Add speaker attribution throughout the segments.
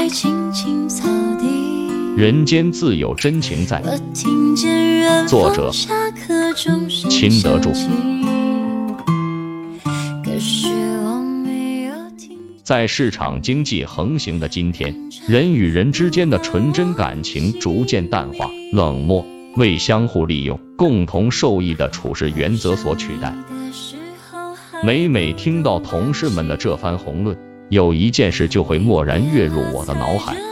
Speaker 1: 在青青草地，
Speaker 2: 人间自有真情在。
Speaker 1: 我听见远
Speaker 2: 作者
Speaker 1: 方下课钟声
Speaker 2: 秦德柱。
Speaker 1: 响起，可是我没有听。
Speaker 2: 在市场经济横行的今天，人与人之间的纯真感情逐渐淡化，冷漠为相互利用、共同受益的处事原则所取代。每每听到同事们的这番宏论，有一件事就会蓦然跃入我的脑海。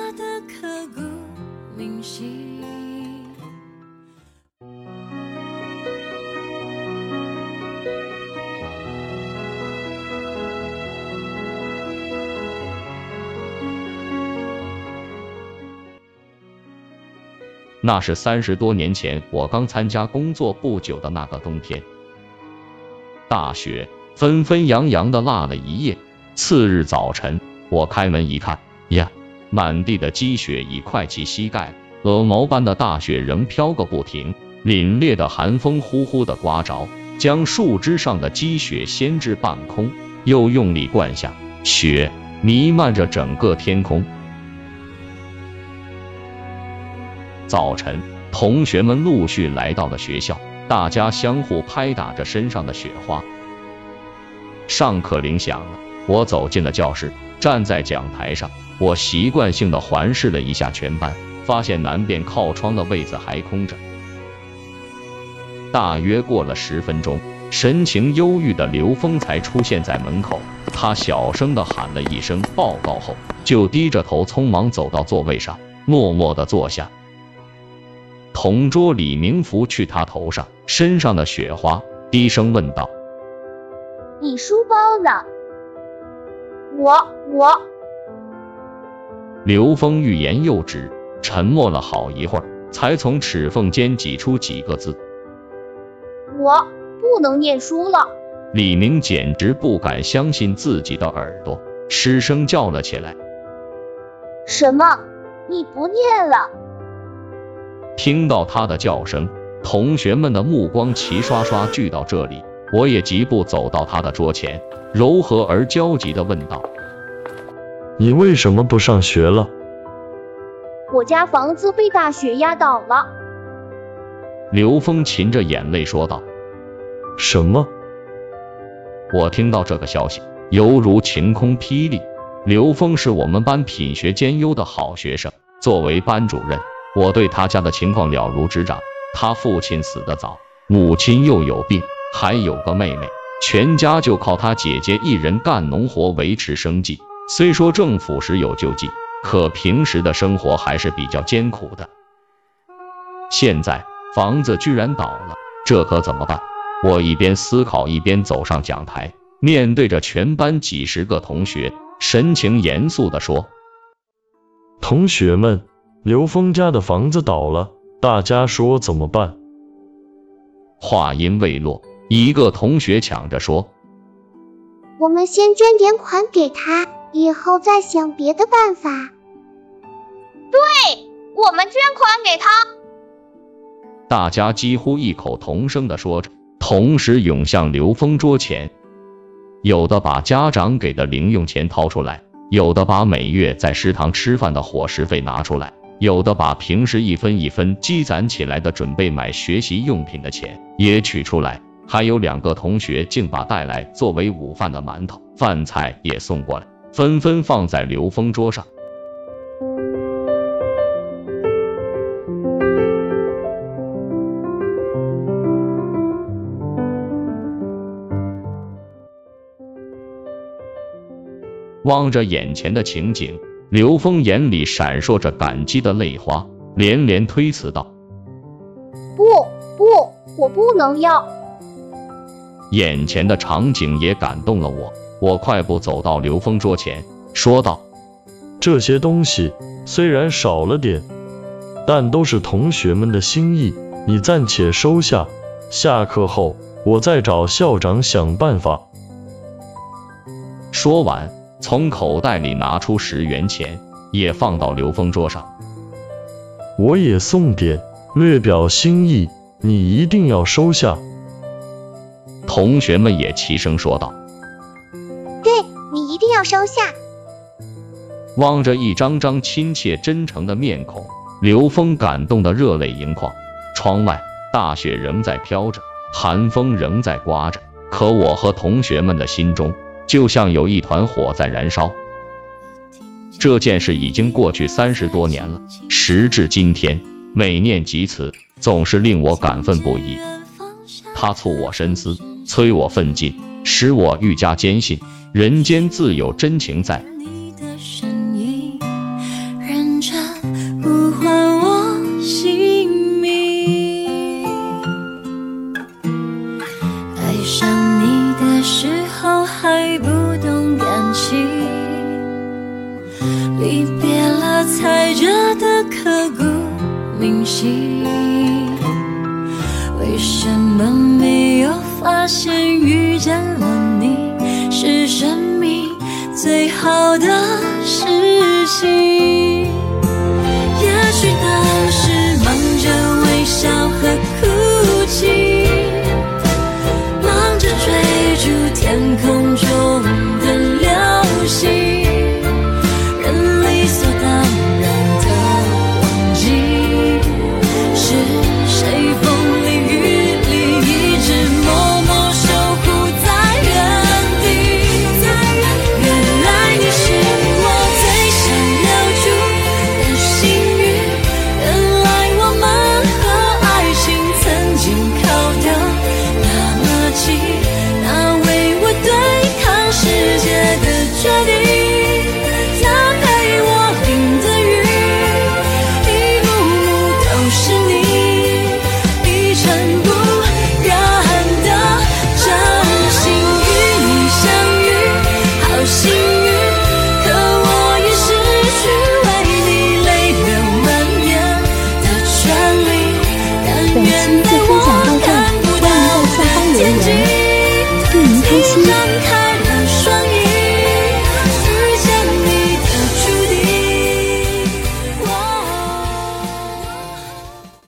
Speaker 2: 那是30多年前我刚参加工作不久的那个冬天，大雪纷纷扬扬的落了一夜。次日早晨，我开门一看，呀，满地的积雪已快齐膝盖，鹅毛般的大雪仍飘个不停，凛冽的寒风呼呼的刮着，将树枝上的积雪掀至半空，又用力灌下，雪弥漫着整个天空。早晨，同学们陆续来到了学校，大家相互拍打着身上的雪花。上课铃响了，我走进了教室，站在讲台上，我习惯性的环视了一下全班，发现南边靠窗的位子还空着。大约过了10分钟，神情忧郁的刘峰才出现在门口，他小声的喊了一声报告后，就低着头匆忙走到座位上，默默的坐下。同桌李明福去他头上身上的雪花，低声问道：
Speaker 3: 你书包呢？我。
Speaker 2: 刘峰欲言又止，沉默了好一会儿，才从齿缝间挤出几个字：
Speaker 3: 我不能念书了。
Speaker 2: 李明简直不敢相信自己的耳朵，失声叫了起来：
Speaker 3: 什么？你不念了？
Speaker 2: 听到他的叫声，同学们的目光齐刷刷聚到这里，我也疾步走到他的桌前，柔和而焦急地问道：
Speaker 4: 你为什么不上学了？
Speaker 3: 我家房子被大雪压倒了。
Speaker 2: 刘峰噙着眼泪说道。
Speaker 4: 什么？
Speaker 2: 我听到这个消息，犹如晴空霹雳。刘峰是我们班品学兼优的好学生，作为班主任，我对他家的情况了如指掌。他父亲死得早，母亲又有病，还有个妹妹，全家就靠他姐姐一人干农活维持生计。虽说政府时有救济，可平时的生活还是比较艰苦的。现在房子居然倒了，这可怎么办？我一边思考一边走上讲台，面对着全班几十个同学，神情严肃地说：
Speaker 4: 同学们，刘峰家的房子倒了，大家说怎么办？
Speaker 2: 话音未落，一个同学抢着说：
Speaker 3: 我们先捐点款给他，以后再想别的办法。对，我们捐款给他。
Speaker 2: 大家几乎异口同声地说着，同时涌向刘峰桌前，有的把家长给的零用钱掏出来，有的把每月在食堂吃饭的伙食费拿出来，有的把平时一分一分积攒起来的准备买学习用品的钱也取出来，还有2个同学竟把带来作为午饭的馒头、饭菜也送过来，纷纷放在刘峰桌上。望着眼前的情景，刘峰眼里闪烁着感激的泪花，连连推辞道：
Speaker 3: 不，我不能要。
Speaker 2: 眼前的场景也感动了我，我快步走到刘峰桌前，说道：
Speaker 4: 这些东西虽然少了点，但都是同学们的心意，你暂且收下，下课后我再找校长想办法。
Speaker 2: 说完，从口袋里拿出10元钱，也放到刘峰桌上。
Speaker 4: 我也送点，略表心意，你一定要收下。
Speaker 2: 同学们也齐声说道：
Speaker 3: 对，你一定要收下。
Speaker 2: 望着一张张亲切真诚的面孔，刘峰感动得热泪盈眶。窗外大雪仍在飘着，寒风仍在刮着，可我和同学们的心中就像有一团火在燃烧。这件事已经过去30多年了，时至今天，每念及此，总是令我感愤不已。它促我深思，催我奋进，使我愈加坚信，人间自有真情在。
Speaker 1: 你的身影，认真呼唤我姓名。爱上你的时候还不懂感情，离别了才觉得刻骨铭心。为什么没有发现遇见了你是生命最好的事情？